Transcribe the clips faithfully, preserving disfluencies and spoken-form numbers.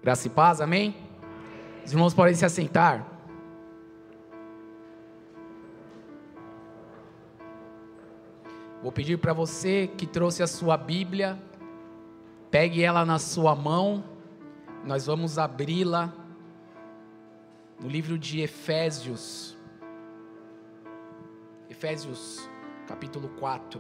Graça e paz, amém? Os irmãos podem se assentar. Vou pedir para você que trouxe a sua Bíblia, pegue ela na sua mão, nós vamos abri-la no livro de Efésios, Efésios capítulo quatro.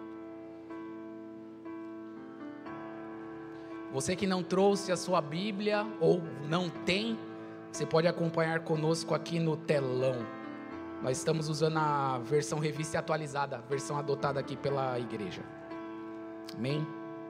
Você que não trouxe a sua Bíblia ou não tem, você pode acompanhar conosco aqui no telão. Nós estamos usando a versão revista e atualizada, a versão adotada aqui pela igreja. Amém?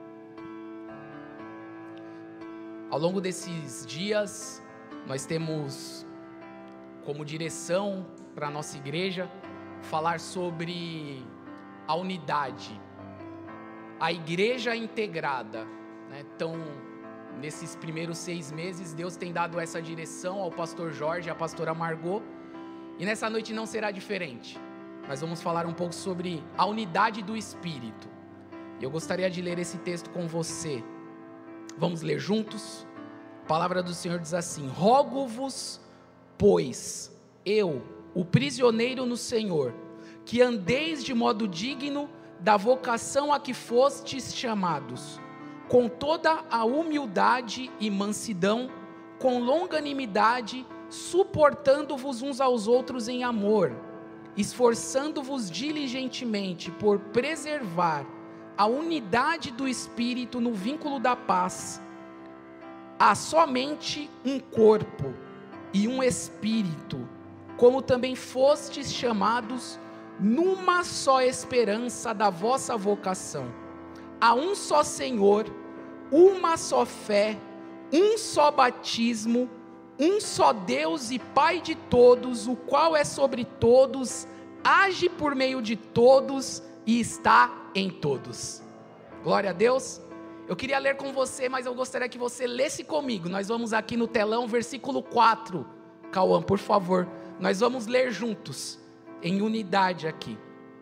Ao longo desses dias, nós temos como direção para a nossa igreja falar sobre a unidade, a igreja integrada. Então, nesses primeiros seis meses, Deus tem dado essa direção ao pastor Jorge e à pastora Margot, e nessa noite não será diferente. Nós vamos falar um pouco sobre a unidade do Espírito. Eu gostaria de ler esse texto com você. Vamos ler juntos? A palavra do Senhor diz assim: rogo-vos, pois, eu, o prisioneiro no Senhor, que andeis de modo digno da vocação a que fostes chamados, com toda a humildade e mansidão, com longanimidade, suportando-vos uns aos outros em amor, esforçando-vos diligentemente por preservar a unidade do Espírito no vínculo da paz. Há somente um corpo e um Espírito, como também fostes chamados numa só esperança da vossa vocação. Há um só Senhor, uma só fé, um só batismo, um só Deus e Pai de todos, o qual é sobre todos, age por meio de todos e está em todos. Glória a Deus. Eu queria ler com você, mas eu gostaria que você lesse comigo. Nós vamos aqui no telão, versículo quatro. Cauã, por favor, nós vamos ler juntos, em unidade aqui.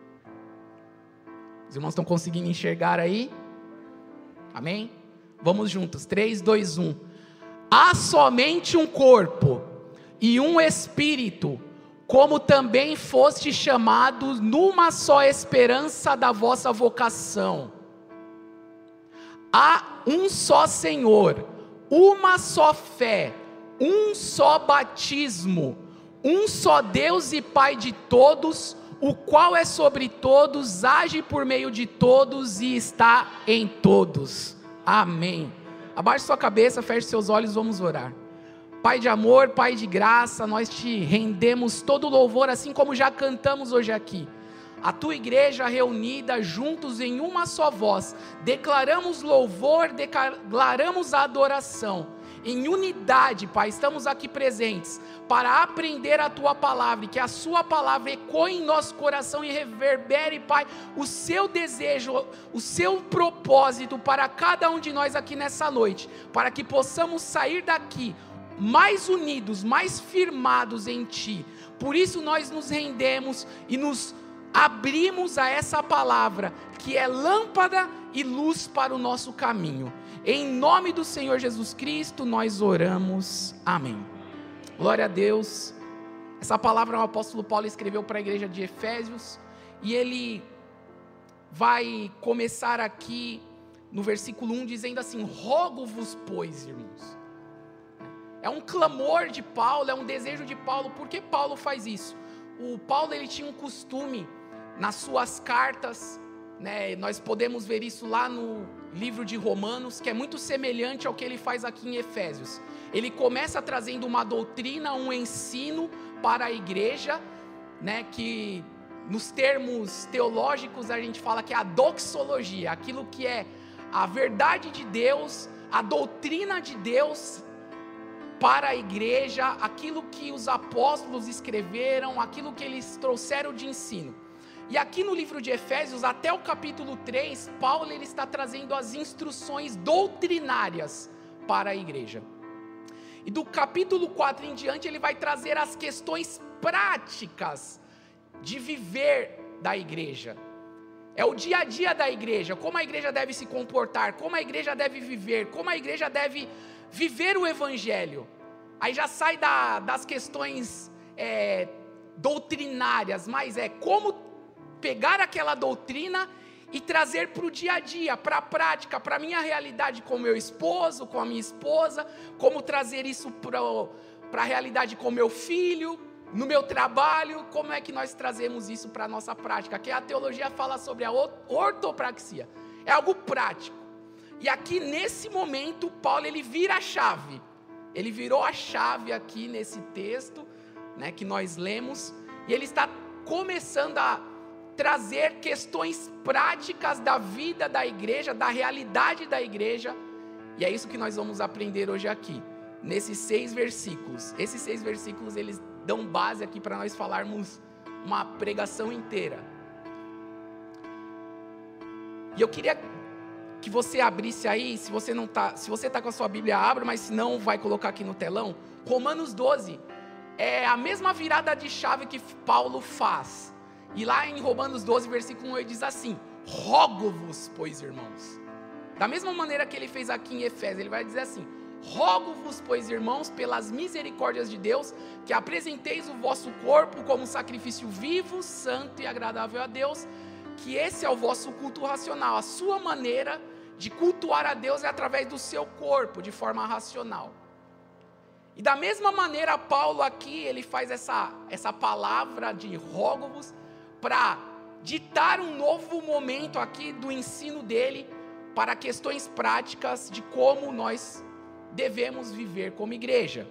Os irmãos estão conseguindo enxergar aí? Amém? Vamos juntos, três, dois, um. Há somente um corpo e um Espírito, como também foste chamados numa só esperança da vossa vocação. Há um só Senhor, uma só fé, um só batismo, um só Deus e Pai de todos, o qual é sobre todos, age por meio de todos e está em todos. Amém. Abaixe sua cabeça, feche seus olhos, vamos orar. Pai de amor, Pai de graça, nós te rendemos todo louvor, assim como já cantamos hoje aqui. A tua igreja reunida juntos em uma só voz, declaramos louvor, declaramos a adoração. Em unidade, Pai, estamos aqui presentes para aprender a Tua palavra, e que a Sua palavra ecoe em nosso coração e reverbere, Pai, o Seu desejo, o Seu propósito para cada um de nós aqui nessa noite, para que possamos sair daqui mais unidos, mais firmados em Ti. Por isso nós nos rendemos e nos abrimos a essa palavra, que é lâmpada e luz para o nosso caminho. Em nome do Senhor Jesus Cristo, nós oramos. Amém. Glória a Deus. Essa palavra o apóstolo Paulo escreveu para a igreja de Efésios, e ele vai começar aqui no versículo um dizendo assim: rogo-vos, pois, irmãos. É um clamor de Paulo, é um desejo de Paulo. Por que Paulo faz isso? O Paulo, ele tinha um costume nas suas cartas, né, nós podemos ver isso lá no livro de Romanos, que é muito semelhante ao que ele faz aqui em Efésios. Ele começa trazendo uma doutrina, um ensino para a igreja, né, que nos termos teológicos a gente fala que é a doxologia, aquilo que é a verdade de Deus, a doutrina de Deus para a igreja, aquilo que os apóstolos escreveram, aquilo que eles trouxeram de ensino. E aqui no livro de Efésios, até o capítulo três, Paulo ele está trazendo as instruções doutrinárias para a igreja. E do capítulo quatro em diante, ele vai trazer as questões práticas de viver da igreja. É o dia a dia da igreja, como a igreja deve se comportar, como a igreja deve viver, como a igreja deve viver o evangelho. Aí já sai da, das questões é, doutrinárias, mas é como pegar aquela doutrina e trazer para o dia a dia, para a prática, para a minha realidade com meu esposo, com a minha esposa, como trazer isso para a realidade com meu filho, no meu trabalho, como é que nós trazemos isso para a nossa prática, que a teologia fala sobre a ortopraxia, é algo prático. E aqui nesse momento, Paulo ele vira a chave, ele virou a chave aqui nesse texto, né, que nós lemos, e ele está começando a trazer questões práticas da vida da igreja, da realidade da igreja, e é isso que nós vamos aprender hoje aqui, nesses seis versículos. Esses seis versículos, eles dão base aqui para nós falarmos uma pregação inteira. E eu queria que você abrisse aí, se você não tá, se você está com a sua Bíblia, abra, mas se não, vai colocar aqui no telão, Romanos doze, é a mesma virada de chave que Paulo faz. E lá em Romanos doze, versículo um, ele diz assim: rogo-vos, pois, irmãos. Da mesma maneira que ele fez aqui em Efésios, ele vai dizer assim: rogo-vos, pois, irmãos, pelas misericórdias de Deus, que apresenteis o vosso corpo como sacrifício vivo, santo e agradável a Deus, que esse é o vosso culto racional. A sua maneira de cultuar a Deus é através do seu corpo, de forma racional. E da mesma maneira, Paulo aqui, ele faz essa, essa palavra de rogo-vos, para ditar um novo momento aqui do ensino dele para questões práticas de como nós devemos viver como igreja.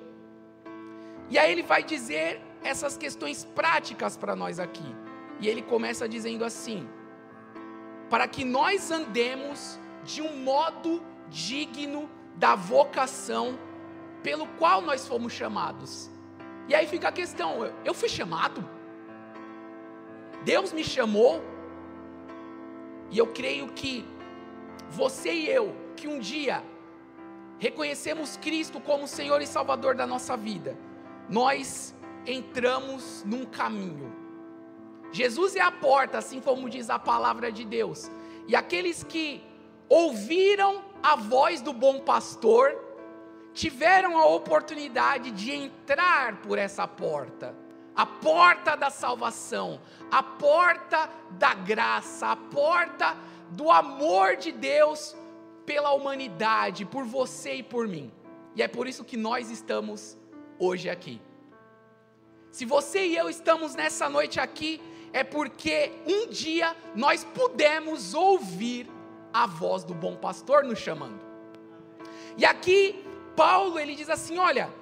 E aí ele vai dizer essas questões práticas para nós aqui. E ele começa dizendo assim: para que nós andemos de um modo digno da vocação pelo qual nós fomos chamados. E aí fica a questão: eu, eu fui chamado? Deus me chamou? E eu creio que você e eu, que um dia reconhecemos Cristo como Senhor e Salvador da nossa vida, nós entramos num caminho. Jesus é a porta, assim como diz a palavra de Deus. E aqueles que ouviram a voz do bom pastor, tiveram a oportunidade de entrar por essa porta. A porta da salvação, a porta da graça, a porta do amor de Deus pela humanidade, por você e por mim. E é por isso que nós estamos hoje aqui. Se você e eu estamos nessa noite aqui, é porque um dia nós pudemos ouvir a voz do bom pastor nos chamando. E aqui Paulo ele diz assim: olha,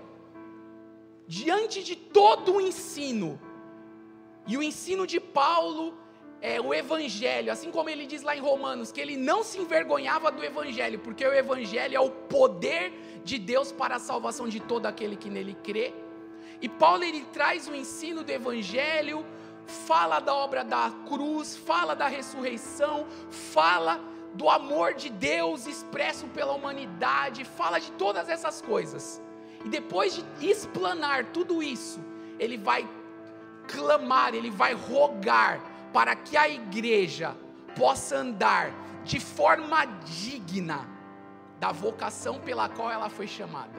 diante de todo o ensino, e o ensino de Paulo é o evangelho, assim como ele diz lá em Romanos, que ele não se envergonhava do evangelho, porque o evangelho é o poder de Deus para a salvação de todo aquele que nele crê. E Paulo ele traz o ensino do evangelho, fala da obra da cruz, fala da ressurreição, fala do amor de Deus expresso pela humanidade, fala de todas essas coisas. E depois de explanar tudo isso, ele vai clamar, ele vai rogar para que a igreja possa andar de forma digna da vocação pela qual ela foi chamada.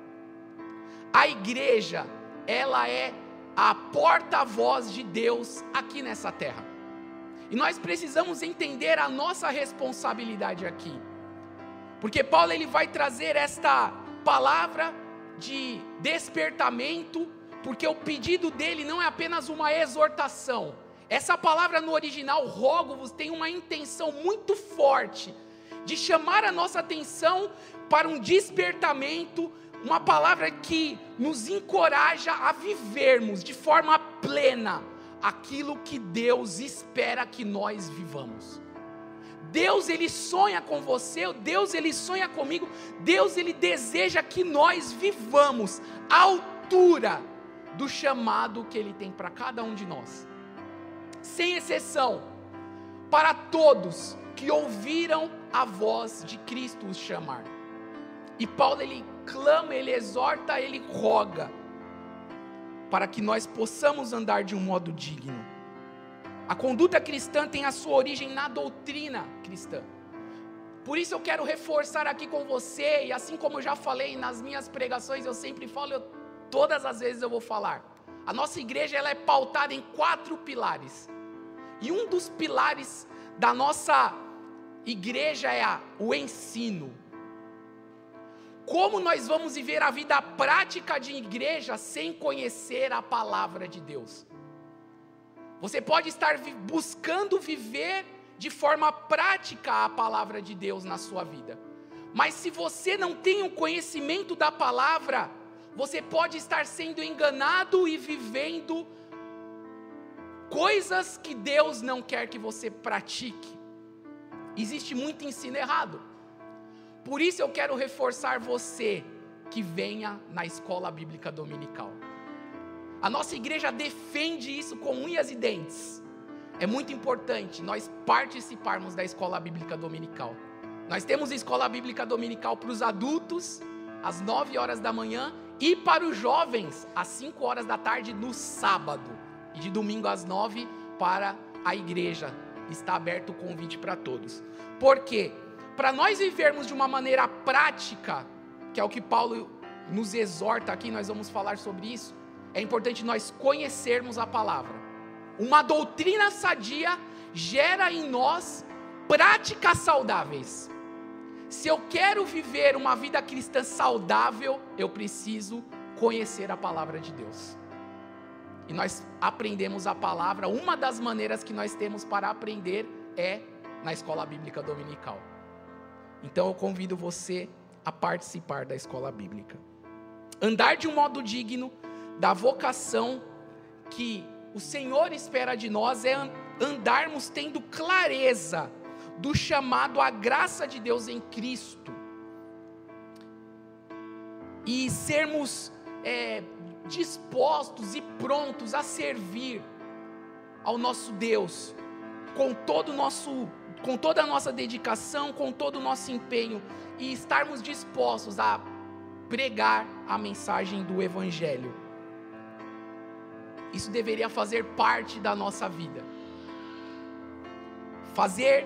A igreja, ela é a porta-voz de Deus aqui nessa terra. E nós precisamos entender a nossa responsabilidade aqui. Porque Paulo ele vai trazer esta palavra de despertamento, porque o pedido dele não é apenas uma exortação. Essa palavra no original, rogo-vos, tem uma intenção muito forte de chamar a nossa atenção para um despertamento, uma palavra que nos encoraja a vivermos de forma plena aquilo que Deus espera que nós vivamos. Deus ele sonha com você, Deus ele sonha comigo, Deus ele deseja que nós vivamos à altura do chamado que ele tem para cada um de nós, sem exceção, para todos que ouviram a voz de Cristo os chamar. E Paulo ele clama, ele exorta, ele roga para que nós possamos andar de um modo digno. A conduta cristã tem a sua origem na doutrina cristã. Por isso eu quero reforçar aqui com você, e assim como eu já falei nas minhas pregações, eu sempre falo, eu, todas as vezes eu vou falar. A nossa igreja ela é pautada em quatro pilares. E um dos pilares da nossa igreja é a, o ensino. Como nós vamos viver a vida prática de igreja sem conhecer a palavra de Deus? Você pode estar vi- buscando viver de forma prática a palavra de Deus na sua vida. Mas se você não tem o conhecimento da palavra, você pode estar sendo enganado e vivendo coisas que Deus não quer que você pratique. Existe muito ensino errado. Por isso eu quero reforçar você que venha na escola bíblica dominical. A nossa igreja defende isso com unhas e dentes. É muito importante nós participarmos da escola bíblica dominical. Nós temos escola bíblica dominical para os adultos, às nove horas da manhã, e para os jovens, às cinco horas da tarde, no sábado. E de domingo às nove, para a igreja. Está aberto o convite para todos. Por quê? Para nós vivermos de uma maneira prática, que é o que Paulo nos exorta aqui, nós vamos falar sobre isso, é importante nós conhecermos a palavra. Uma doutrina sadia gera em nós práticas saudáveis. Se eu quero viver uma vida cristã saudável, eu preciso conhecer a palavra de Deus. E nós aprendemos a palavra, uma das maneiras que nós temos para aprender é na escola bíblica dominical. Então eu convido você a participar da escola bíblica. Andar de um modo digno da vocação que o Senhor espera de nós é andarmos tendo clareza do chamado à graça de Deus em Cristo. E sermos é, dispostos e prontos a servir ao nosso Deus com todo o nosso, com toda a nossa dedicação, com todo o nosso empenho, e estarmos dispostos a pregar a mensagem do Evangelho. Isso deveria fazer parte da nossa vida. Fazer,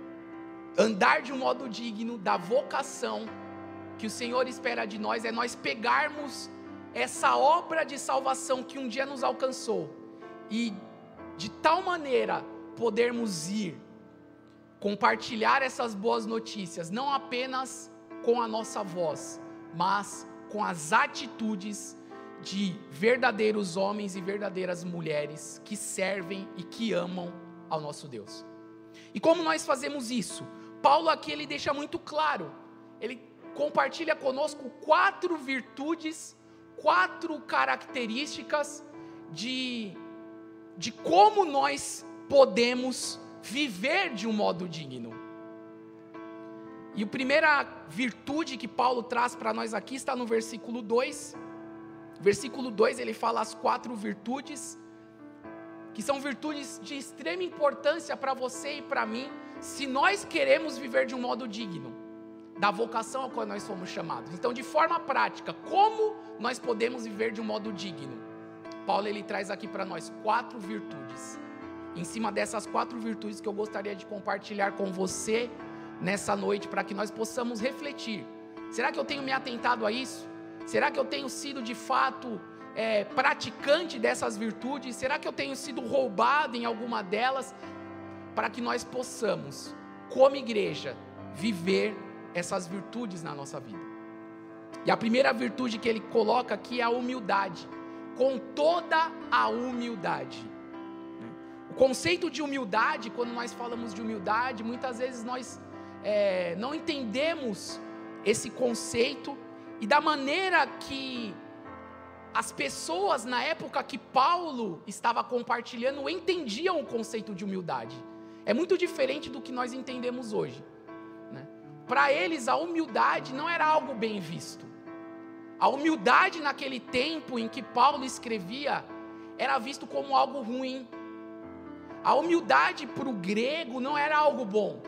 andar de um modo digno da vocação que o Senhor espera de nós é nós pegarmos essa obra de salvação que um dia nos alcançou e de tal maneira podermos ir compartilhar essas boas notícias, não apenas com a nossa voz, mas com as atitudes de verdadeiros homens e verdadeiras mulheres que servem e que amam ao nosso Deus. E como nós fazemos isso? Paulo aqui ele deixa muito claro, ele compartilha conosco quatro virtudes, quatro características de, de como nós podemos viver de um modo digno. E a primeira virtude que Paulo traz para nós aqui está no versículo dois. Versículo dois, ele fala as quatro virtudes, que são virtudes de extrema importância para você e para mim, se nós queremos viver de um modo digno, da vocação a qual nós somos chamados. Então, de forma prática, como nós podemos viver de um modo digno? Paulo, ele traz aqui para nós quatro virtudes. Em cima dessas quatro virtudes que eu gostaria de compartilhar com você nessa noite, para que nós possamos refletir. Será que eu tenho me atentado a isso? Será que eu tenho sido de fato é, praticante dessas virtudes? Será que eu tenho sido roubado em alguma delas? Para que nós possamos, como igreja, viver essas virtudes na nossa vida. E a primeira virtude que ele coloca aqui é a humildade. Com toda a humildade. O conceito de humildade, quando nós falamos de humildade, muitas vezes nós é, não entendemos esse conceito e da maneira que as pessoas na época que Paulo estava compartilhando entendiam o conceito de humildade. É muito diferente do que nós entendemos hoje, né? Para eles a humildade não era algo bem visto. A humildade naquele tempo em que Paulo escrevia era visto como algo ruim. A humildade para o grego não era algo bom.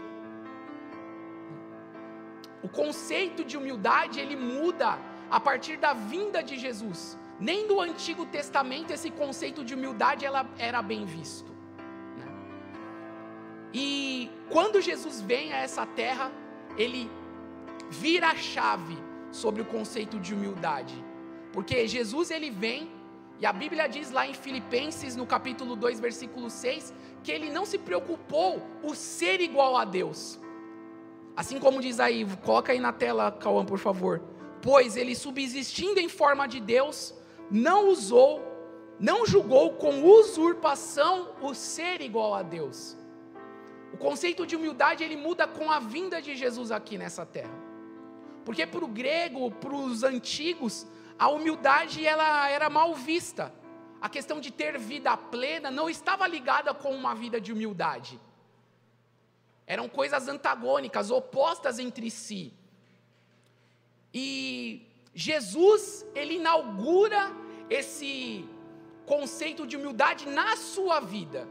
O conceito de humildade ele muda a partir da vinda de Jesus. Nem no Antigo Testamento esse conceito de humildade ela era bem visto, né? E quando Jesus vem a essa terra, ele vira a chave sobre o conceito de humildade. Porque Jesus ele vem, e a Bíblia diz lá em Filipenses, no capítulo dois, versículo seis, que ele não se preocupou o ser igual a Deus. Assim como diz aí, coloca aí na tela, Cauã, por favor. Pois ele, subsistindo em forma de Deus, não usou, não julgou com usurpação o ser igual a Deus. O conceito de humildade, ele muda com a vinda de Jesus aqui nessa terra. Porque para o grego, para os antigos, a humildade ela era mal vista. A questão de ter vida plena não estava ligada com uma vida de humildade. Eram coisas antagônicas, opostas entre si. E Jesus, ele inaugura esse conceito de humildade na sua vida.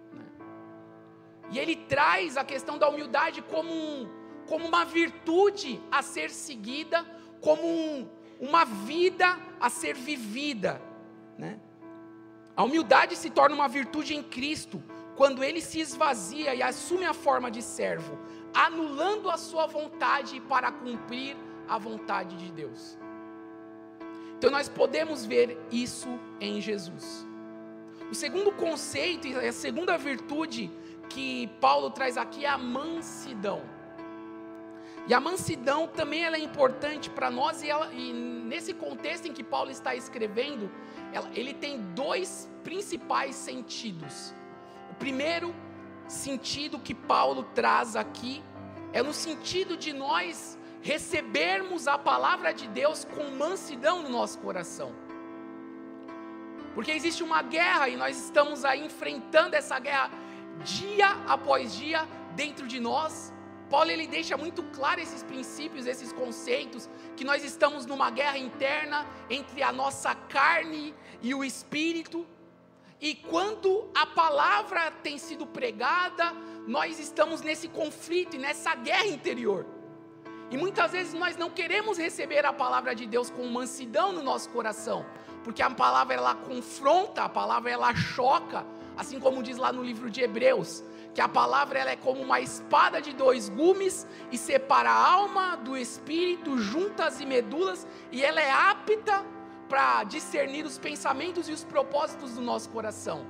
E ele traz a questão da humildade como, um, como uma virtude a ser seguida, como um, uma vida a ser vivida, né? A humildade se torna uma virtude em Cristo, quando ele se esvazia e assume a forma de servo, anulando a sua vontade para cumprir a vontade de Deus. Então nós podemos ver isso em Jesus. O segundo conceito e a segunda virtude que Paulo traz aqui é a mansidão. E a mansidão também ela é importante para nós, e, ela, e nesse contexto em que Paulo está escrevendo, ela, ele tem dois principais sentidos. O primeiro sentido que Paulo traz aqui é no sentido de nós recebermos a palavra de Deus com mansidão no nosso coração. Porque existe uma guerra e nós estamos aí enfrentando essa guerra dia após dia dentro de nós. Paulo ele deixa muito claro esses princípios, esses conceitos, que nós estamos numa guerra interna entre a nossa carne e o espírito. E quando a palavra tem sido pregada, nós estamos nesse conflito e nessa guerra interior. E muitas vezes nós não queremos receber a palavra de Deus com mansidão no nosso coração, porque a palavra ela confronta, a palavra ela choca, assim como diz lá no livro de Hebreus, que a palavra ela é como uma espada de dois gumes e separa a alma do espírito, juntas e medulas, e ela é apta para discernir os pensamentos e os propósitos do nosso coração.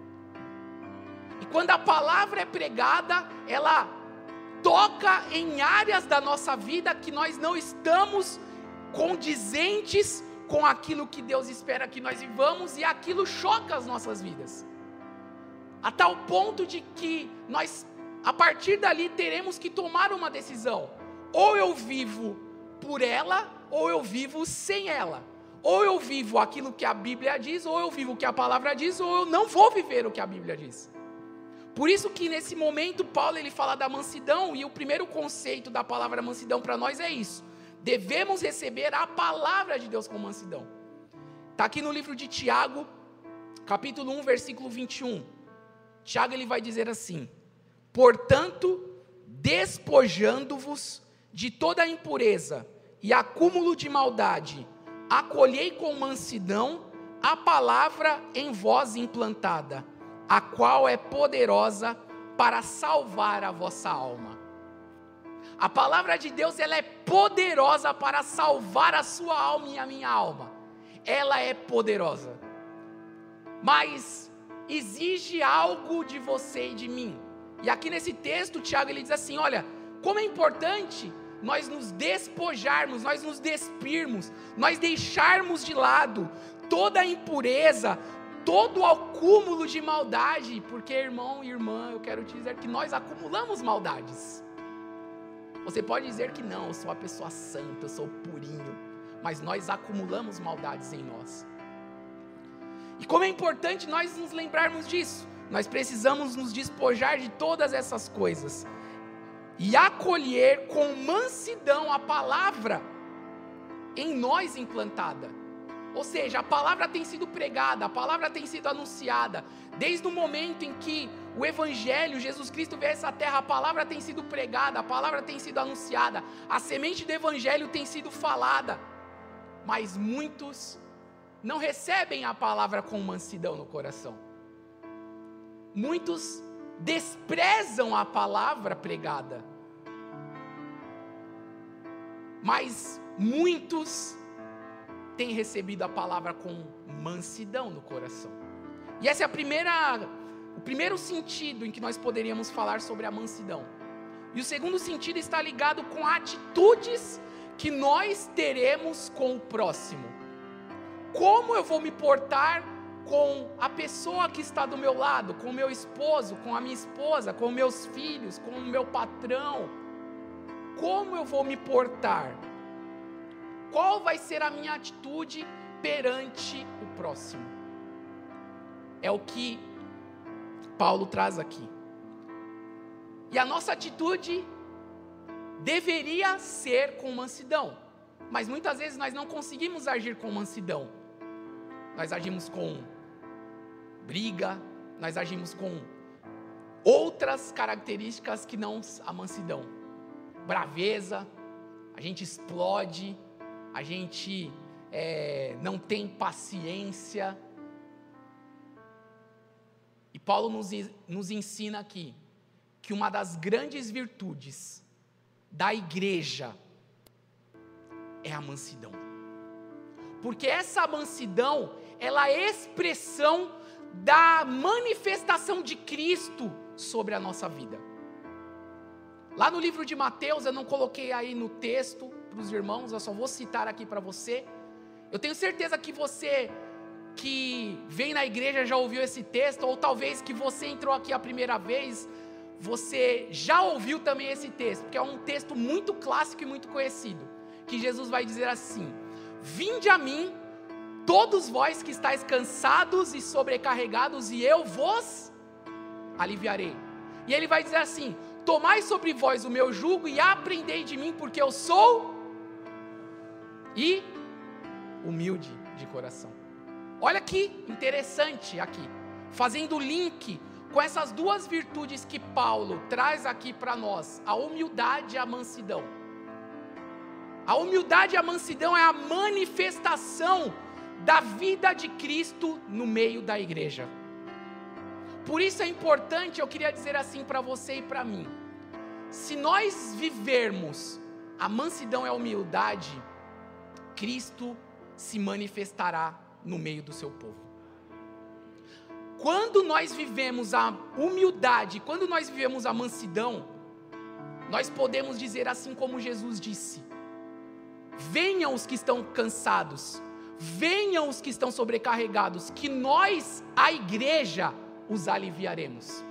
E quando a palavra é pregada, ela toca em áreas da nossa vida que nós não estamos condizentes com aquilo que Deus espera que nós vivamos, e aquilo choca as nossas vidas. A tal ponto de que nós, a partir dali, teremos que tomar uma decisão. Ou eu vivo por ela, ou eu vivo sem ela. Ou eu vivo aquilo que a Bíblia diz, ou eu vivo o que a palavra diz, ou eu não vou viver o que a Bíblia diz. Por isso que nesse momento Paulo ele fala da mansidão, e o primeiro conceito da palavra mansidão para nós é isso. Devemos receber a palavra de Deus com mansidão. Está aqui no livro de Tiago, capítulo um, versículo vinte e um. Tiago ele vai dizer assim: portanto, despojando-vos de toda a impureza e acúmulo de maldade, acolhei com mansidão a palavra em vós implantada, a qual é poderosa para salvar a vossa alma. A palavra de Deus ela é poderosa para salvar a sua alma e a minha alma. Ela é poderosa, mas exige algo de você e de mim. E aqui nesse texto, Tiago ele diz assim: olha, como é importante nós nos despojarmos, nós nos despirmos, nós deixarmos de lado toda a impureza, todo o acúmulo de maldade, porque irmão e irmã, eu quero te dizer que nós acumulamos maldades. Você pode dizer que não, eu sou uma pessoa santa, eu sou purinho, mas nós acumulamos maldades em nós. E como é importante nós nos lembrarmos disso, nós precisamos nos despojar de todas essas coisas e acolher com mansidão a palavra em nós implantada. Ou seja, a palavra tem sido pregada, a palavra tem sido anunciada, desde o momento em que o Evangelho, Jesus Cristo veio a essa terra, a palavra tem sido pregada, a palavra tem sido anunciada, a semente do Evangelho tem sido falada, mas muitos não recebem a palavra com mansidão no coração. Muitos desprezam a palavra pregada. mas muitos têm recebido a palavra com mansidão no coração. E esse é a primeira, o primeiro sentido em que nós poderíamos falar sobre a mansidão. E o segundo sentido está ligado com atitudes que nós teremos com o próximo. Como eu vou me portar com a pessoa que está do meu lado, com o meu esposo, com a minha esposa, com meus filhos, com o meu patrão? Como eu vou me portar? Qual vai ser a minha atitude perante o próximo? É o que Paulo traz aqui. E a nossa atitude deveria ser com mansidão, mas muitas vezes nós não conseguimos agir com mansidão. Nós agimos com briga, nós agimos com outras características que não a mansidão. Braveza, a gente explode, a gente é, não tem paciência. E Paulo nos, nos ensina aqui que uma das grandes virtudes da igreja é a mansidão. Porque essa mansidão, ela é expressão da manifestação de Cristo sobre a nossa vida. Lá no livro de Mateus, eu não coloquei aí no texto para os irmãos, eu só vou citar aqui para você. Eu tenho certeza que você que vem na igreja já ouviu esse texto, ou talvez que você entrou aqui a primeira vez, você já ouviu também esse texto, porque é um texto muito clássico e muito conhecido, que Jesus vai dizer assim: vinde a mim, todos vós que estáis cansados e sobrecarregados, e eu vos aliviarei. E ele vai dizer assim: tomai sobre vós o meu jugo e aprendei de mim, porque eu sou e humilde de coração. Olha que interessante aqui, fazendo o link com essas duas virtudes que Paulo traz aqui para nós, a humildade e a mansidão. A humildade e a mansidão é a manifestação da vida de Cristo no meio da igreja. Por isso é importante, eu queria dizer assim para você e para mim: se nós vivermos a mansidão e a humildade, Cristo se manifestará no meio do seu povo. Quando nós vivemos a humildade, quando nós vivemos a mansidão, nós podemos dizer assim como Jesus disse: venham os que estão cansados, venham os que estão sobrecarregados, que nós, a igreja, os aliviaremos.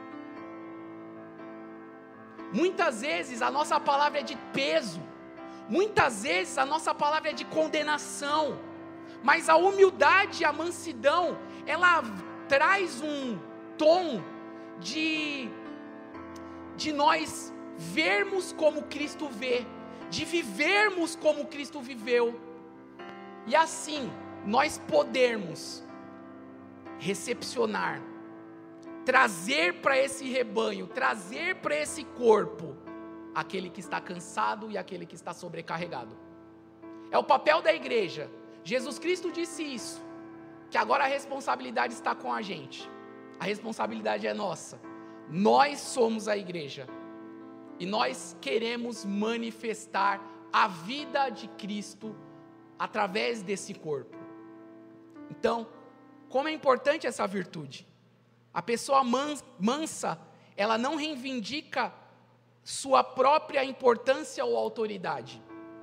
Muitas vezes a nossa palavra é de peso, muitas vezes a nossa palavra é de condenação, mas a humildade e a mansidão, ela traz um tom de, de nós vermos como Cristo vê, de vivermos como Cristo viveu, e assim nós podermos recepcionar, trazer para esse rebanho, trazer para esse corpo, aquele que está cansado e aquele que está sobrecarregado. É o papel da igreja. Jesus Cristo disse isso, que agora a responsabilidade está com a gente, a responsabilidade é nossa, nós somos a igreja, e nós queremos manifestar a vida de Cristo através desse corpo. Então, como é importante essa virtude? A pessoa mansa, ela não reivindica sua própria importância ou autoridade,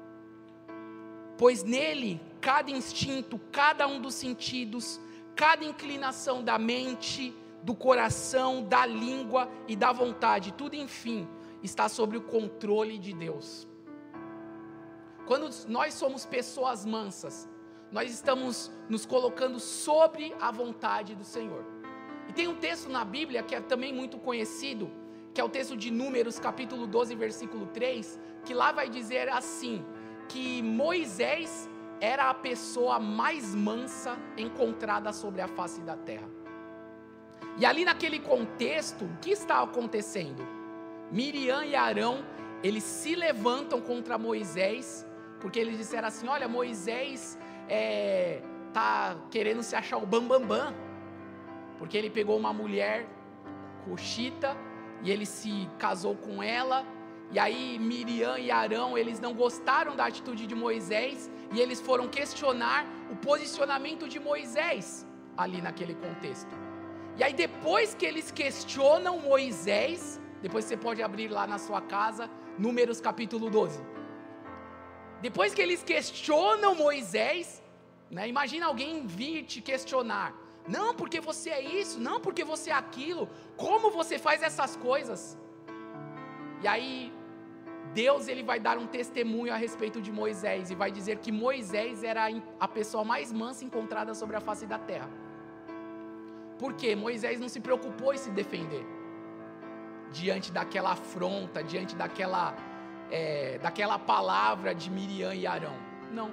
pois nele, cada instinto, cada um dos sentidos, cada inclinação da mente, do coração, da língua e da vontade, tudo enfim, está sob o controle de Deus. Quando nós somos pessoas mansas, nós estamos nos colocando sobre a vontade do Senhor. E tem um texto na Bíblia que é também muito conhecido, que é o texto de Números, capítulo doze, versículo três, que lá vai dizer assim, que Moisés era a pessoa mais mansa encontrada sobre a face da terra. E ali naquele contexto, o que está acontecendo? Miriam e Arão, eles se levantam contra Moisés, porque eles disseram assim, olha, Moisés está é, querendo se achar o bambambam, bam, bam, porque ele pegou uma mulher cuxita, e ele se casou com ela, E aí Miriam e Arão, eles não gostaram da atitude de Moisés, e eles foram questionar o posicionamento de Moisés, ali naquele contexto. E aí depois que eles questionam Moisés, depois você pode abrir lá na sua casa, Números capítulo doze. Depois que eles questionam Moisés, né, imagina alguém vir te questionar, não porque você é isso, não porque você é aquilo, como você faz essas coisas? E aí Deus ele vai dar um testemunho a respeito de Moisés, e vai dizer que Moisés era a pessoa mais mansa encontrada sobre a face da terra. Por quê? Moisés não se preocupou em se defender diante daquela afronta, diante daquela, é, daquela palavra de Miriam e Arão. Não.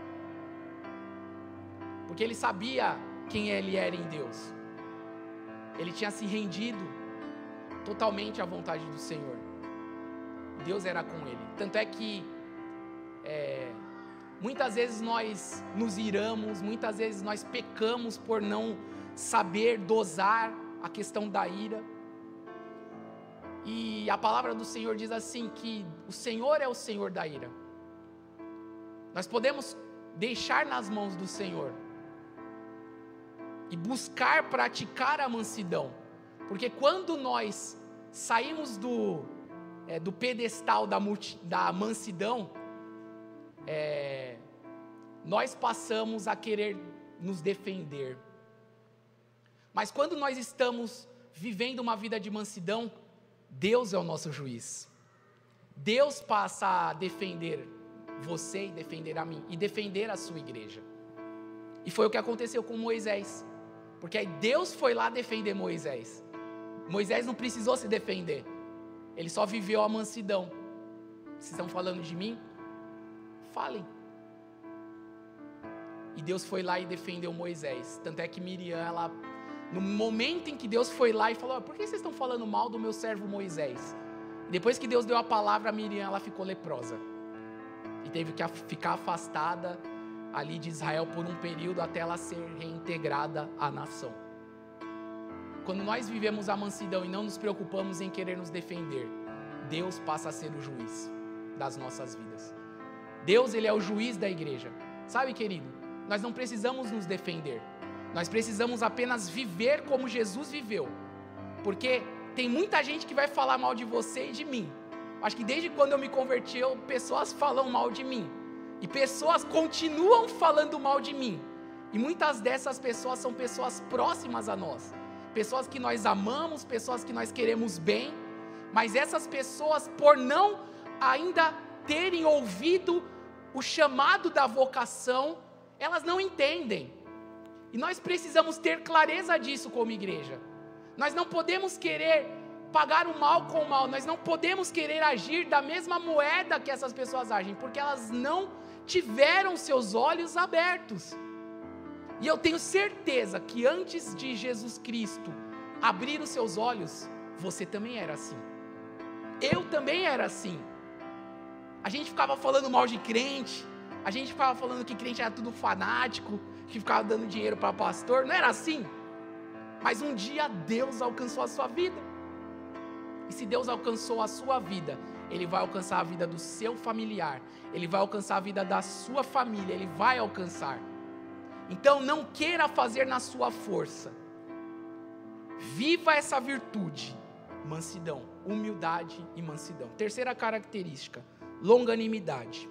Porque ele sabia quem ele era em Deus. Ele tinha se rendido totalmente à vontade do Senhor. Deus era com ele. Tanto é que é, muitas vezes nós nos iramos, muitas vezes nós pecamos por não saber dosar a questão da ira. E a palavra do Senhor diz assim, que o Senhor é o Senhor da ira. Nós podemos deixar nas mãos do Senhor e buscar praticar a mansidão, porque quando nós saímos do, é, do pedestal da, multi, da mansidão, é, nós passamos a querer nos defender. Mas quando nós estamos vivendo uma vida de mansidão, Deus é o nosso juiz. Deus passa a defender você e defender a mim, e defender a sua igreja. E foi o que aconteceu com Moisés, porque aí Deus foi lá defender Moisés. Moisés não precisou se defender, ele só viveu a mansidão. Vocês estão falando de mim? Falem. E Deus foi lá e defendeu Moisés. Tanto é que Miriam, ela, no momento em que Deus foi lá e falou, por que vocês estão falando mal do meu servo Moisés? E depois que Deus deu a palavra a Miriam, ela ficou leprosa. E teve que ficar afastada ali de Israel por um período até ela ser reintegrada à nação. Quando nós vivemos a mansidão e não nos preocupamos em querer nos defender, Deus passa a ser o juiz das nossas vidas. Deus, ele é o juiz da igreja. Sabe, querido, nós não precisamos nos defender. Nós precisamos apenas viver como Jesus viveu. Porque tem muita gente que vai falar mal de você e de mim. Acho que desde quando eu me converti, eu, pessoas falam mal de mim. E pessoas continuam falando mal de mim. E muitas dessas pessoas são pessoas próximas a nós. Pessoas que nós amamos, pessoas que nós queremos bem. Mas essas pessoas, por não ainda terem ouvido o chamado da vocação, elas não entendem. E nós precisamos ter clareza disso como igreja. Nós não podemos querer pagar o mal com o mal. Nós não podemos querer agir da mesma moeda que essas pessoas agem, porque elas não tiveram seus olhos abertos. E eu tenho certeza que antes de Jesus Cristo abrir os seus olhos, você também era assim. Eu também era assim. A gente ficava falando mal de crente, a gente ficava falando que crente era tudo fanático, que ficava dando dinheiro para pastor, não era assim? Mas um dia Deus alcançou a sua vida. E se Deus alcançou a sua vida, Ele vai alcançar a vida do seu familiar, Ele vai alcançar a vida da sua família, Ele vai alcançar. Então não queira fazer na sua força. Viva essa virtude, mansidão, humildade e mansidão. Terceira característica, longanimidade.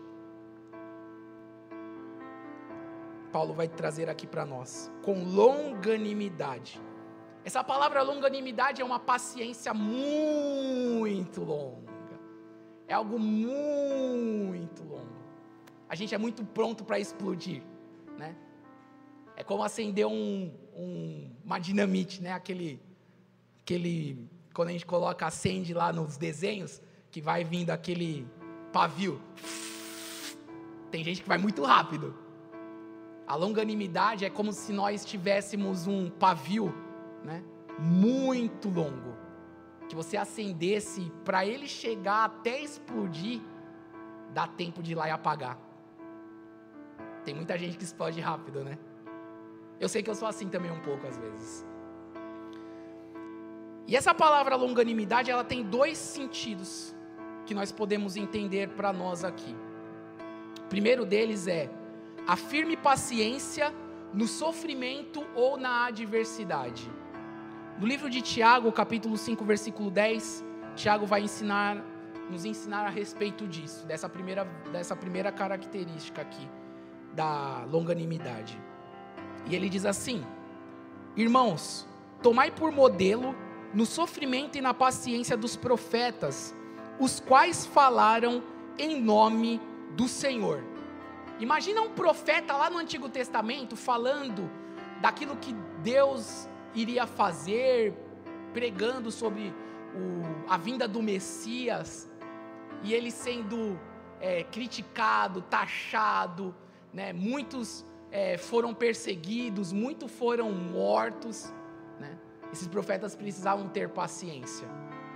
Paulo vai trazer aqui para nós, com longanimidade. Essa palavra longanimidade é uma paciência muito longa, é algo muito longo. A gente é muito pronto para explodir, né? É como acender um, um, uma dinamite, né? Aquele, aquele, quando a gente coloca, acende lá nos desenhos, que vai vindo aquele pavio. Tem gente que vai muito rápido. A longanimidade é como se nós tivéssemos um pavio, né? Muito longo, que você acendesse, para ele chegar até explodir, dá tempo de ir lá e apagar. Tem muita gente que explode rápido, né? Eu sei que eu sou assim também um pouco às vezes. E essa palavra longanimidade, ela tem dois sentidos. que nós podemos entender para nós aqui. O primeiro deles é: a firme paciência no sofrimento ou na adversidade. No livro de Tiago, capítulo cinco, versículo dez, Tiago vai ensinar, nos ensinar a respeito disso, dessa primeira, dessa primeira característica aqui, da longanimidade. E ele diz assim: irmãos, tomai por modelo no sofrimento e na paciência dos profetas, os quais falaram em nome do Senhor. Imagina um profeta lá no Antigo Testamento falando daquilo que Deus iria fazer, pregando sobre o, a vinda do Messias, e ele sendo é, criticado, taxado, né? Muitos é, foram perseguidos, muitos foram mortos, né? Esses profetas precisavam ter paciência.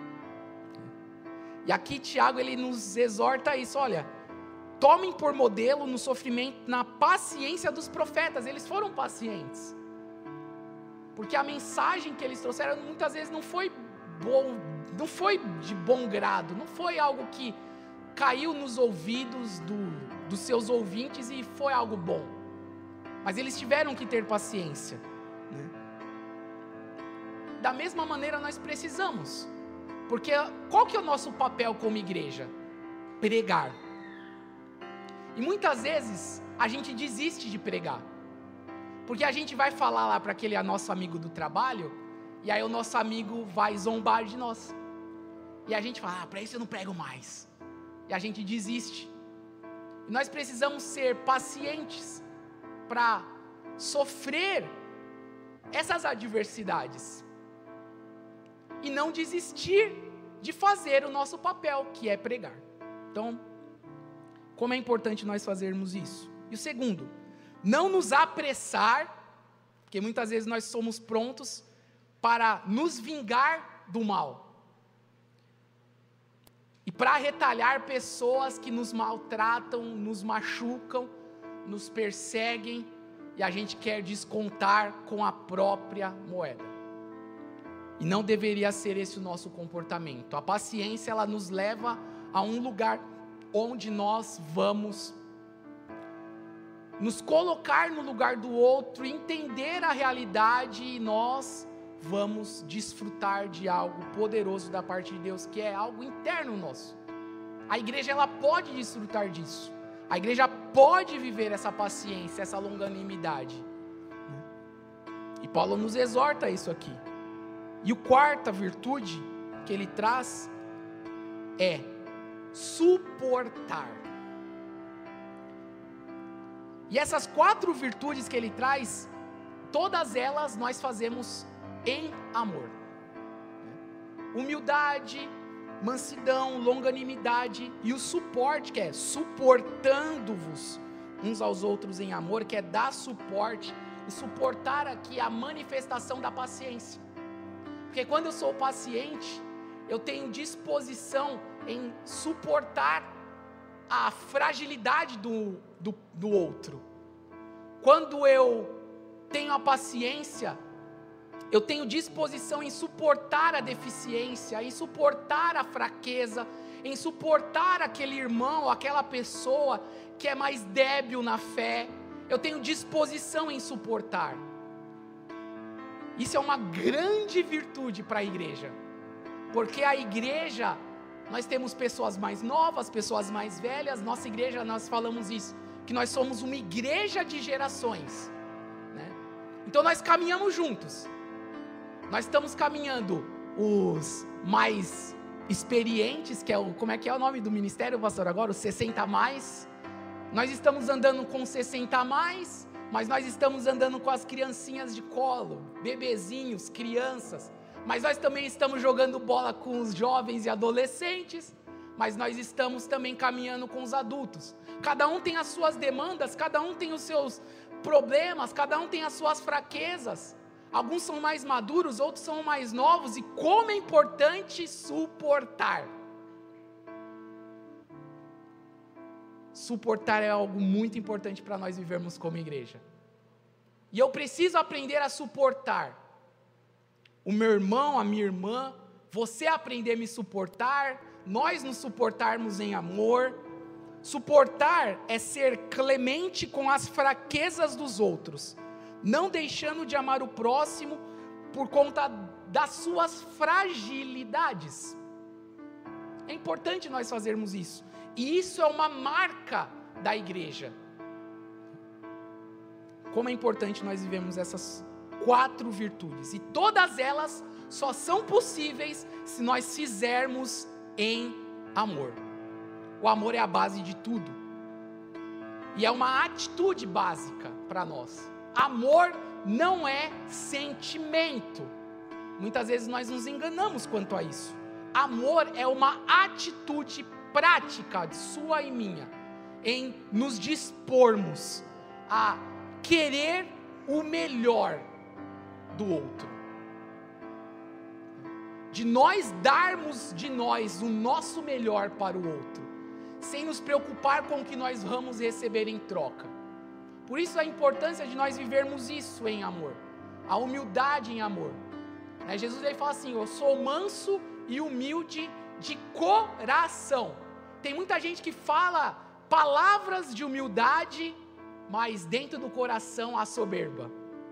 E aqui Tiago, ele nos exorta a isso: olha, tomem por modelo no sofrimento, na paciência dos profetas. Eles foram pacientes, porque a mensagem que eles trouxeram muitas vezes não foi bom, não foi de bom grado, não foi algo que caiu nos ouvidos do, dos seus ouvintes e foi algo bom, mas eles tiveram que ter paciência, né? Da mesma maneira nós precisamos, porque qual que é o nosso papel como igreja? Pregar. E muitas vezes a gente desiste de pregar, porque a gente vai falar lá para aquele nosso amigo do trabalho, e aí o nosso amigo vai zombar de nós, e a gente fala: ah, para isso eu não prego mais, e a gente desiste. E nós precisamos ser pacientes para sofrer essas adversidades e não desistir de fazer o nosso papel, que é pregar. Então, como é importante nós fazermos isso. E o segundo, não nos apressar, porque muitas vezes nós somos prontos para nos vingar do mal e para retalhar pessoas que nos maltratam, nos machucam, nos perseguem, e a gente quer descontar com a própria moeda. E não deveria ser esse o nosso comportamento. A paciência, ela nos leva a um lugar onde nós vamos nos colocar no lugar do outro, entender a realidade, e nós vamos desfrutar de algo poderoso da parte de Deus, que é algo interno nosso. A igreja, ela pode desfrutar disso. A igreja pode viver essa paciência, essa longanimidade. E Paulo nos exorta a isso aqui. E a quarta virtude que ele traz é suportar. E essas quatro virtudes que ele traz, todas elas nós fazemos em amor. Humildade, mansidão, longanimidade e o suporte, que é suportando-vos uns aos outros em amor, que é dar suporte. O suportar aqui é a manifestação da paciência. Porque quando eu sou paciente, eu tenho disposição em suportar a fragilidade do, do, do outro. Quando eu tenho a paciência, eu tenho disposição em suportar a deficiência, em suportar a fraqueza, em suportar aquele irmão, aquela pessoa que é mais débil na fé. Eu tenho disposição em suportar. Isso é uma grande virtude para a igreja, porque a igreja, nós temos pessoas mais novas, pessoas mais velhas. Nossa igreja, nós falamos isso, que nós somos uma igreja de gerações, né? Então nós caminhamos juntos. Nós estamos caminhando os mais experientes, que é o, como é que é o nome do ministério, pastor, agora? Os sessenta a mais. Nós estamos andando com sessenta a mais, mas nós estamos andando com as criancinhas de colo, bebezinhos, crianças. Mas nós também estamos jogando bola com os jovens e adolescentes, mas nós estamos também caminhando com os adultos. Cada um tem as suas demandas, cada um tem os seus problemas, cada um tem as suas fraquezas. Alguns são mais maduros, outros são mais novos, e como é importante suportar. Suportar é algo muito importante para nós vivermos como igreja. E eu preciso aprender a suportar o meu irmão, a minha irmã, você aprender a me suportar, nós nos suportarmos em amor. Suportar é ser clemente com as fraquezas dos outros, não deixando de amar o próximo por conta das suas fragilidades. É importante nós fazermos isso, e isso é uma marca da igreja. Como é importante nós vivemos essas quatro virtudes, e todas elas só são possíveis se nós fizermos em amor. O amor é a base de tudo, e é uma atitude básica para nós. Amor não é sentimento. Muitas vezes nós nos enganamos quanto a isso. Amor é uma atitude prática, sua e minha, em nos dispormos a querer o melhor do outro, de nós darmos de nós o nosso melhor para o outro, sem nos preocupar com o que nós vamos receber em troca. Por isso a importância de nós vivermos isso em amor, a humildade em amor. Né? Jesus ele fala assim: eu sou manso e humilde de coração. Tem muita gente que fala palavras de humildade, mas dentro do coração há soberba.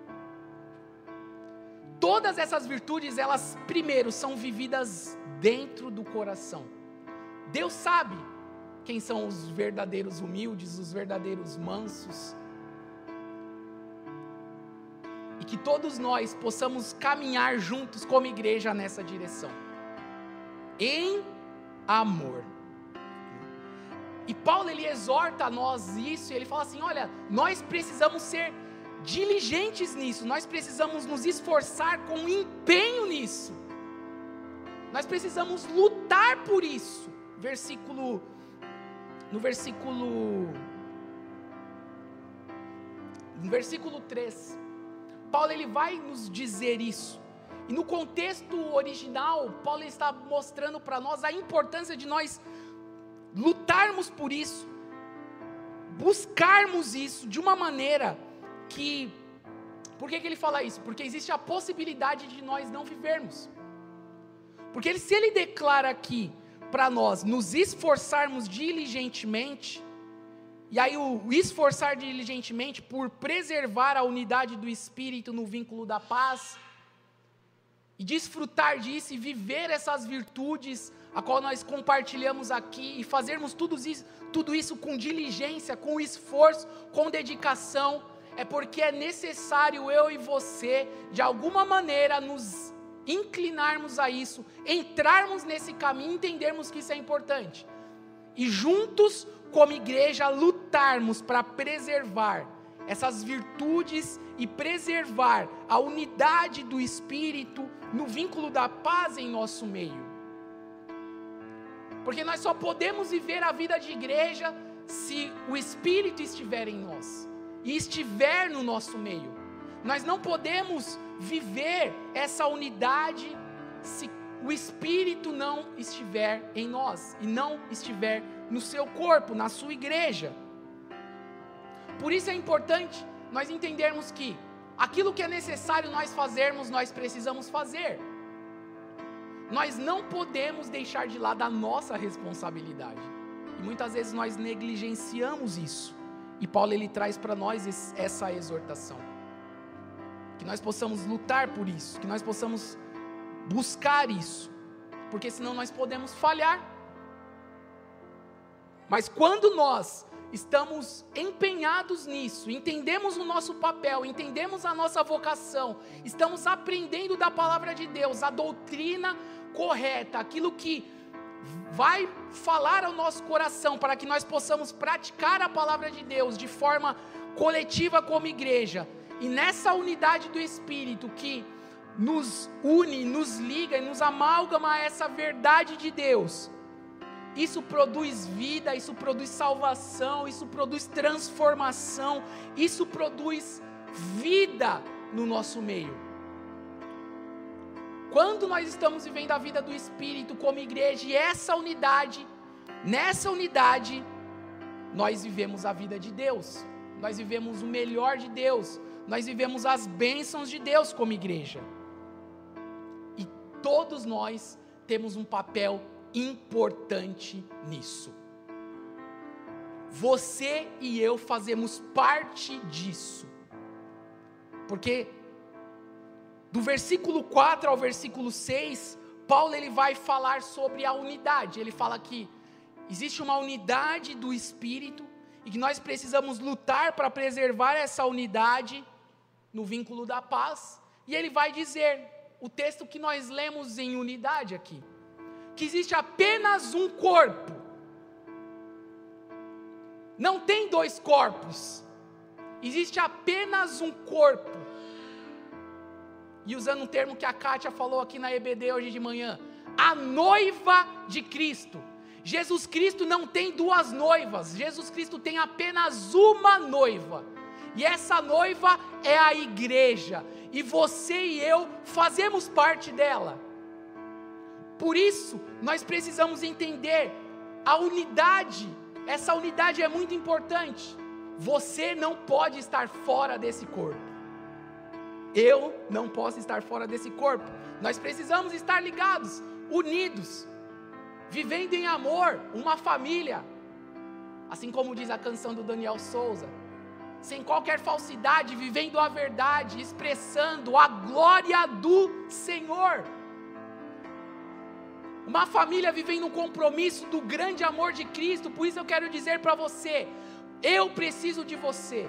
Todas essas virtudes, elas primeiro são vividas dentro do coração. Deus sabe quem são os verdadeiros humildes, os verdadeiros mansos. E que todos nós possamos caminhar juntos como igreja nessa direção, em amor. E Paulo ele exorta a nós isso, e ele fala assim: olha, nós precisamos ser diligentes nisso, nós precisamos nos esforçar com empenho nisso, nós precisamos lutar por isso. Versículo, no versículo, no versículo três, Paulo ele vai nos dizer isso, e no contexto original, Paulo está mostrando para nós a importância de nós lutarmos por isso, buscarmos isso de uma maneira que, por que que ele fala isso? Porque existe a possibilidade de nós não vivermos, porque ele, se ele declara aqui para nós nos esforçarmos diligentemente, e aí o esforçar diligentemente por preservar a unidade do Espírito no vínculo da paz, e desfrutar disso e viver essas virtudes a qual nós compartilhamos aqui, e fazermos tudo isso, tudo isso com diligência, com esforço, com dedicação, é porque é necessário eu e você, de alguma maneira, nos inclinarmos a isso, entrarmos nesse caminho, entendermos que isso é importante, e juntos, como igreja, lutarmos para preservar essas virtudes e preservar a unidade do Espírito no vínculo da paz em nosso meio. Porque nós só podemos viver a vida de igreja se o Espírito estiver em nós e estiver no nosso meio. Nós não podemos viver essa unidade se o Espírito não estiver em nós e não estiver no seu corpo, na sua igreja. Por isso é importante nós entendermos que aquilo que é necessário nós fazermos, nós precisamos fazer. Nós não podemos deixar de lado a nossa responsabilidade, e muitas vezes nós negligenciamos isso, e Paulo ele traz para nós esse, essa exortação, que nós possamos lutar por isso, que nós possamos buscar isso, porque senão nós podemos falhar. Mas quando nós estamos empenhados nisso, entendemos o nosso papel, entendemos a nossa vocação, estamos aprendendo da palavra de Deus, a doutrina correta, aquilo que vai falar ao nosso coração, para que nós possamos praticar a palavra de Deus de forma coletiva como igreja, e nessa unidade do Espírito que nos une, nos liga e nos amalgama a essa verdade de Deus, isso produz vida, isso produz salvação, isso produz transformação, isso produz vida no nosso meio. Quando nós estamos vivendo a vida do Espírito como igreja, e essa unidade, nessa unidade, nós vivemos a vida de Deus, nós vivemos o melhor de Deus, nós vivemos as bênçãos de Deus como igreja. E todos nós temos um papel importante nisso. Você e eu fazemos parte disso. Porque do versículo quatro ao versículo seis, Paulo ele vai falar sobre a unidade. Ele fala que existe uma unidade do Espírito e que nós precisamos lutar para preservar essa unidade no vínculo da paz. E ele vai dizer, o texto que nós lemos em unidade aqui, que existe apenas um corpo. Não tem dois corpos. Existe apenas um corpo. E usando um termo que a Kátia falou aqui na E B D hoje de manhã, a noiva de Cristo. Jesus Cristo não tem duas noivas, Jesus Cristo tem apenas uma noiva. E essa noiva é a igreja. E você e eu fazemos parte dela. Por isso, nós precisamos entender a unidade. Essa unidade é muito importante. Você não pode estar fora desse corpo. Eu não posso estar fora desse corpo. Nós precisamos estar ligados, unidos, vivendo em amor, uma família. Assim como diz a canção do Daniel Souza. Sem qualquer falsidade, vivendo a verdade, expressando a glória do Senhor. Uma família vivendo um compromisso do grande amor de Cristo. Por isso eu quero dizer para você, eu preciso de você.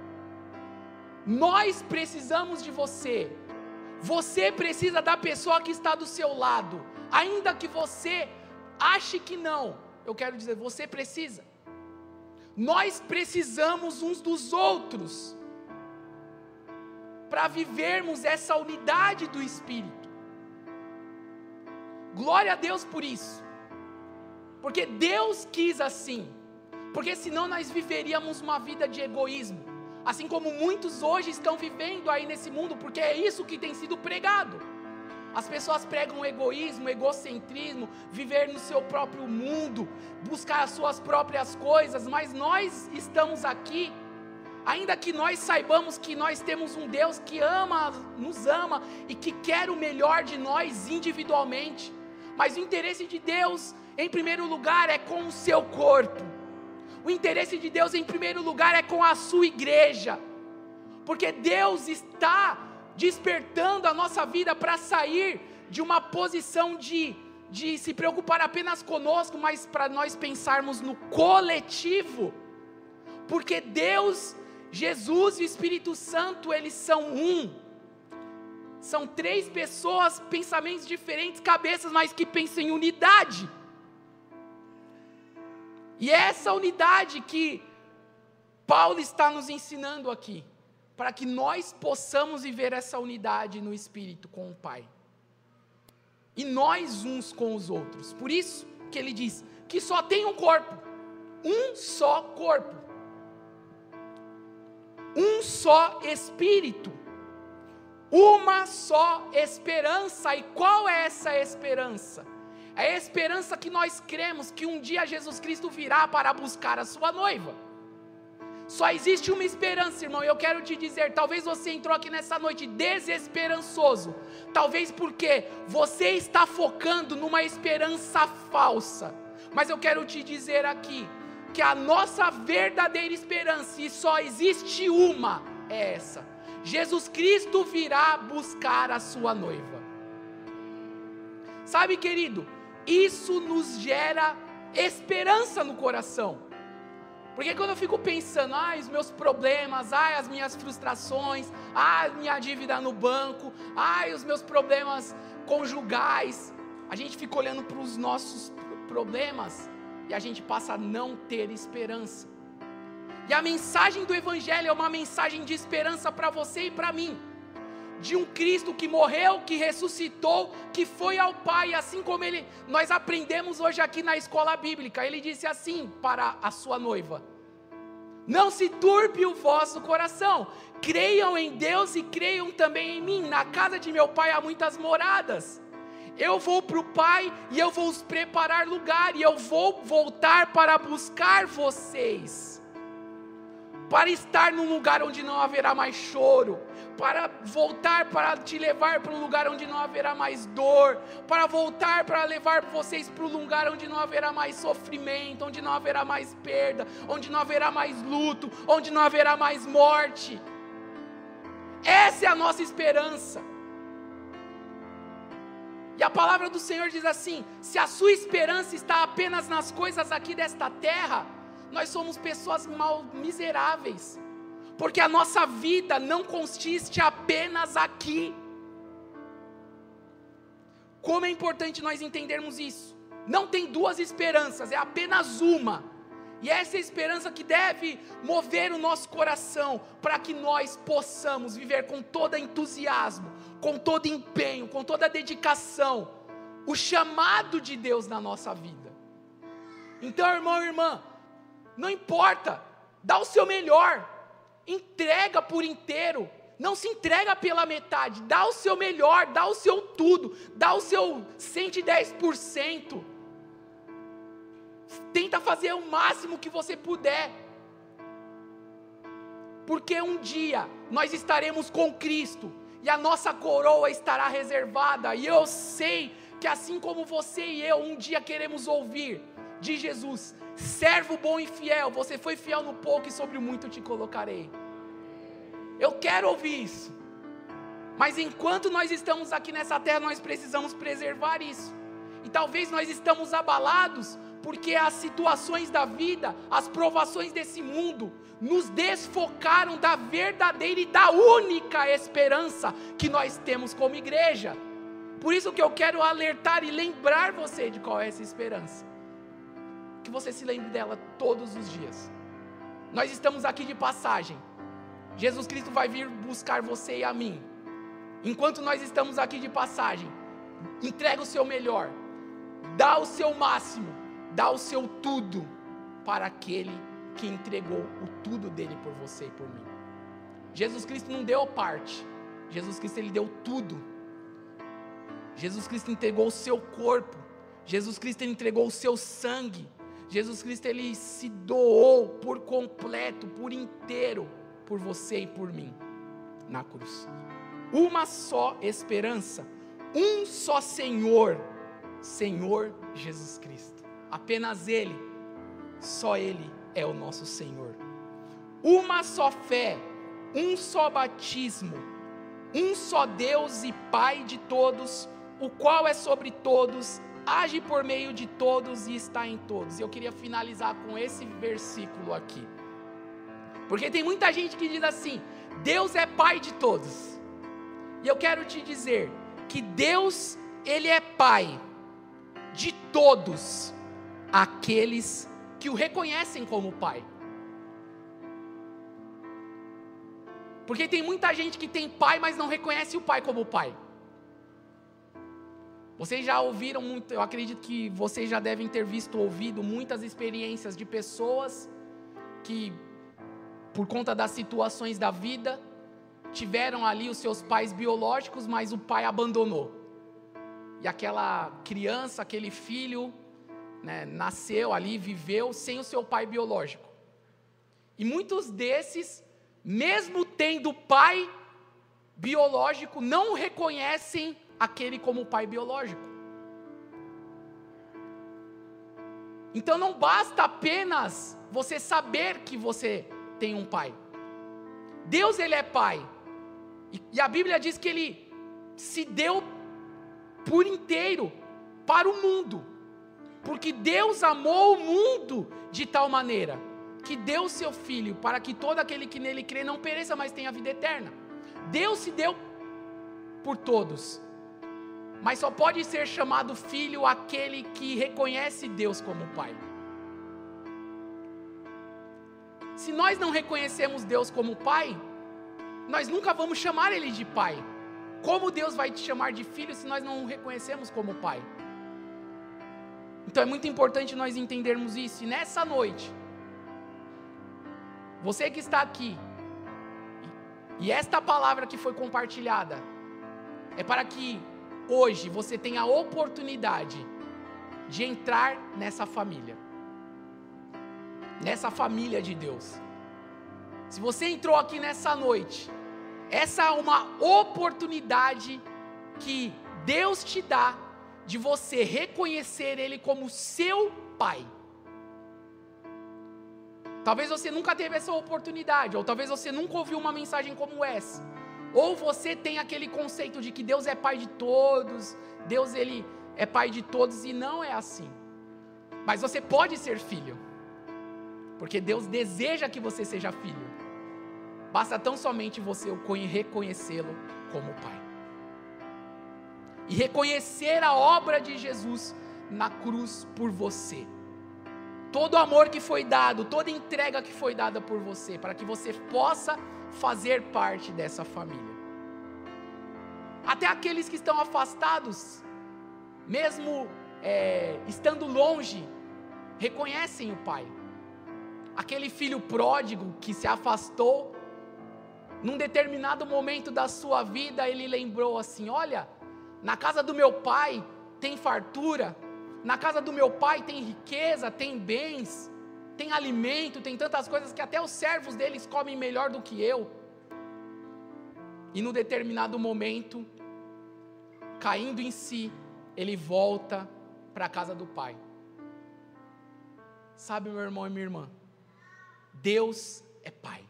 Nós precisamos de você. Você precisa da pessoa que está do seu lado. Ainda que você ache que não, eu quero dizer, você precisa. Nós precisamos uns dos outros para vivermos essa unidade do Espírito. Glória a Deus por isso. Porque Deus quis assim. Porque senão nós viveríamos uma vida de egoísmo. Assim como muitos hoje estão vivendo aí nesse mundo, porque é isso que tem sido pregado. As pessoas pregam egoísmo, egocentrismo, viver no seu próprio mundo, buscar as suas próprias coisas, mas nós estamos aqui, ainda que nós saibamos que nós temos um Deus que ama, nos ama e que quer o melhor de nós individualmente, mas o interesse de Deus, em primeiro lugar, é com o seu corpo. O interesse de Deus, em primeiro lugar, é com a sua igreja. Porque Deus está despertando a nossa vida para sair de uma posição de, de se preocupar apenas conosco, mas para nós pensarmos no coletivo. Porque Deus, Jesus e o Espírito Santo, eles são um. São três pessoas, pensamentos diferentes, cabeças, mas que pensam em unidade. E é essa unidade que Paulo está nos ensinando aqui, para que nós possamos viver essa unidade no Espírito com o Pai. E nós uns com os outros. Por isso que ele diz que só tem um corpo, um só corpo, um só Espírito, uma só esperança. E qual é essa esperança? É a esperança que nós cremos que um dia Jesus Cristo virá para buscar a sua noiva. Só existe uma esperança, irmão, e eu quero te dizer, talvez você entrou aqui nessa noite desesperançoso, talvez porque você está focando numa esperança falsa, mas eu quero te dizer aqui, que a nossa verdadeira esperança, e só existe uma, é essa: Jesus Cristo virá buscar a sua noiva. Sabe, querido, isso nos gera esperança no coração. Porque quando eu fico pensando, ai, os meus problemas, ai, as minhas frustrações, ai, minha dívida no banco, ai, os meus problemas conjugais, a gente fica olhando para os nossos problemas e a gente passa a não ter esperança. E a mensagem do Evangelho é uma mensagem de esperança para você e para mim. De um Cristo que morreu, que ressuscitou, que foi ao Pai, assim como ele, nós aprendemos hoje aqui na escola bíblica. Ele disse assim para a sua noiva: não se turbe o vosso coração, creiam em Deus e creiam também em mim. Na casa de meu Pai há muitas moradas. Eu vou para o Pai e eu vou os preparar lugar, e eu vou voltar para buscar vocês. para estar num lugar onde não haverá mais choro, para voltar para te levar para um lugar onde não haverá mais dor, para voltar para levar vocês para um lugar onde não haverá mais sofrimento, onde não haverá mais perda, onde não haverá mais luto, onde não haverá mais morte. Essa é a nossa esperança. E a palavra do Senhor diz assim: se a sua esperança está apenas nas coisas aqui desta terra, nós somos pessoas mal miseráveis, porque a nossa vida não consiste apenas aqui. Como é importante nós entendermos isso. Não tem duas esperanças, é apenas uma. E essa é a esperança que deve mover o nosso coração, para que nós possamos viver com todo entusiasmo, com todo empenho, com toda dedicação, o chamado de Deus na nossa vida. Então, irmão e irmã, não importa, dá o seu melhor, entrega por inteiro, não se entrega pela metade, dá o seu melhor, dá o seu tudo, dá o seu cento e dez por cento, tenta fazer o máximo que você puder, porque um dia nós estaremos com Cristo, e a nossa coroa estará reservada, e eu sei que assim como você e eu, um dia queremos ouvir de Jesus: servo bom e fiel, você foi fiel no pouco e sobre o muito te colocarei. Eu quero ouvir isso, mas enquanto nós estamos aqui nessa terra, nós precisamos preservar isso, e talvez nós estamos abalados, porque as situações da vida, as provações desse mundo, nos desfocaram da verdadeira e da única esperança que nós temos como igreja. Por isso que eu quero alertar e lembrar você de qual é essa esperança, que você se lembre dela todos os dias. Nós estamos aqui de passagem, Jesus Cristo vai vir buscar você e a mim. Enquanto nós estamos aqui de passagem, entrega o seu melhor, dá o seu máximo, dá o seu tudo para aquele que entregou o tudo dele por você e por mim. Jesus Cristo não deu parte, Jesus Cristo ele deu tudo. Jesus Cristo entregou o seu corpo, Jesus Cristo ele entregou o seu sangue, Jesus Cristo ele se doou por completo, por inteiro, por você e por mim, na cruz. Uma só esperança, um só Senhor, Senhor Jesus Cristo. Apenas Ele, só Ele é o nosso Senhor. Uma só fé, um só batismo, um só Deus e Pai de todos, o qual é sobre todos, age por meio de todos e está em todos. Eu queria finalizar com esse versículo aqui, porque tem muita gente que diz assim: Deus é Pai de todos. E eu quero te dizer que Deus, Ele é Pai de todos aqueles que o reconhecem como Pai. Porque tem muita gente que tem pai, mas não reconhece o pai como pai. Vocês já ouviram muito, eu acredito que vocês já devem ter visto, ouvido muitas experiências de pessoas que, por conta das situações da vida, tiveram ali os seus pais biológicos, mas o pai abandonou. E aquela criança, aquele filho, né, nasceu ali, viveu sem o seu pai biológico. E muitos desses, mesmo tendo pai biológico, não reconhecem aquele como pai biológico. Então não basta apenas você saber que você tem um pai. Deus, Ele é pai. E, e a Bíblia diz que Ele se deu por inteiro para o mundo. Porque Deus amou o mundo de tal maneira que deu o seu Filho para que todo aquele que nele crê não pereça, mas tenha vida eterna. Deus se deu por todos, mas só pode ser chamado filho aquele que reconhece Deus como Pai. Se nós não reconhecemos Deus como Pai, nós nunca vamos chamar Ele de Pai. Como Deus vai te chamar de filho se nós não o reconhecemos como Pai? Então é muito importante nós entendermos isso. E nessa noite, você que está aqui, e esta palavra que foi compartilhada, é para que hoje você tenha a oportunidade de entrar nessa família, nessa família de Deus. Se você entrou aqui nessa noite, essa é uma oportunidade que Deus te dá de você reconhecer Ele como seu Pai. Talvez você nunca teve essa oportunidade, ou talvez você nunca ouviu uma mensagem como essa, ou você tem aquele conceito de que Deus é Pai de todos, Deus Ele é Pai de todos, e não é assim. Mas você pode ser filho, porque Deus deseja que você seja filho, basta tão somente você reconhecê-lo como Pai, e reconhecer a obra de Jesus na cruz por você, todo o amor que foi dado, toda entrega que foi dada por você, para que você possa fazer parte dessa família. Até aqueles que estão afastados, mesmo é, estando longe, reconhecem o Pai. Aquele filho pródigo que se afastou, num determinado momento da sua vida, ele lembrou assim: olha, na casa do meu pai tem fartura, na casa do meu pai tem riqueza, tem bens, tem alimento, tem tantas coisas que até os servos deles comem melhor do que eu. E num determinado momento, caindo em si, ele volta para a casa do pai. Sabe, meu irmão e minha irmã, Deus é Pai.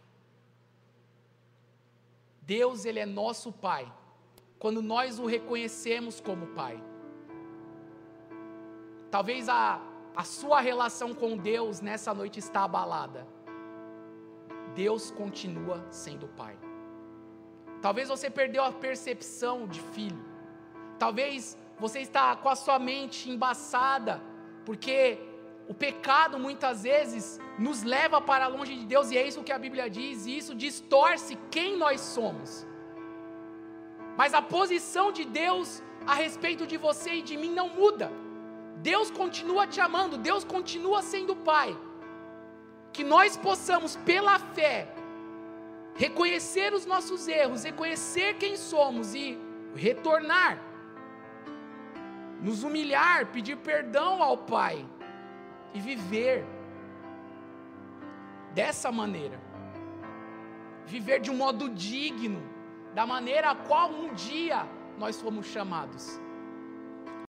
Deus, Ele é nosso Pai, quando nós o reconhecemos como Pai. Talvez a, a sua relação com Deus nessa noite está abalada. Deus continua sendo Pai. Talvez você perdeu a percepção de filho. Talvez você está com a sua mente embaçada, porque o pecado muitas vezes nos leva para longe de Deus, e é isso que a Bíblia diz, e isso distorce quem nós somos. Mas a posição de Deus a respeito de você e de mim não muda. Deus continua te amando, Deus continua sendo Pai. Que nós possamos, pela fé, reconhecer os nossos erros, reconhecer quem somos e retornar, nos humilhar, pedir perdão ao Pai e viver dessa maneira, viver de um modo digno, da maneira a qual um dia nós fomos chamados.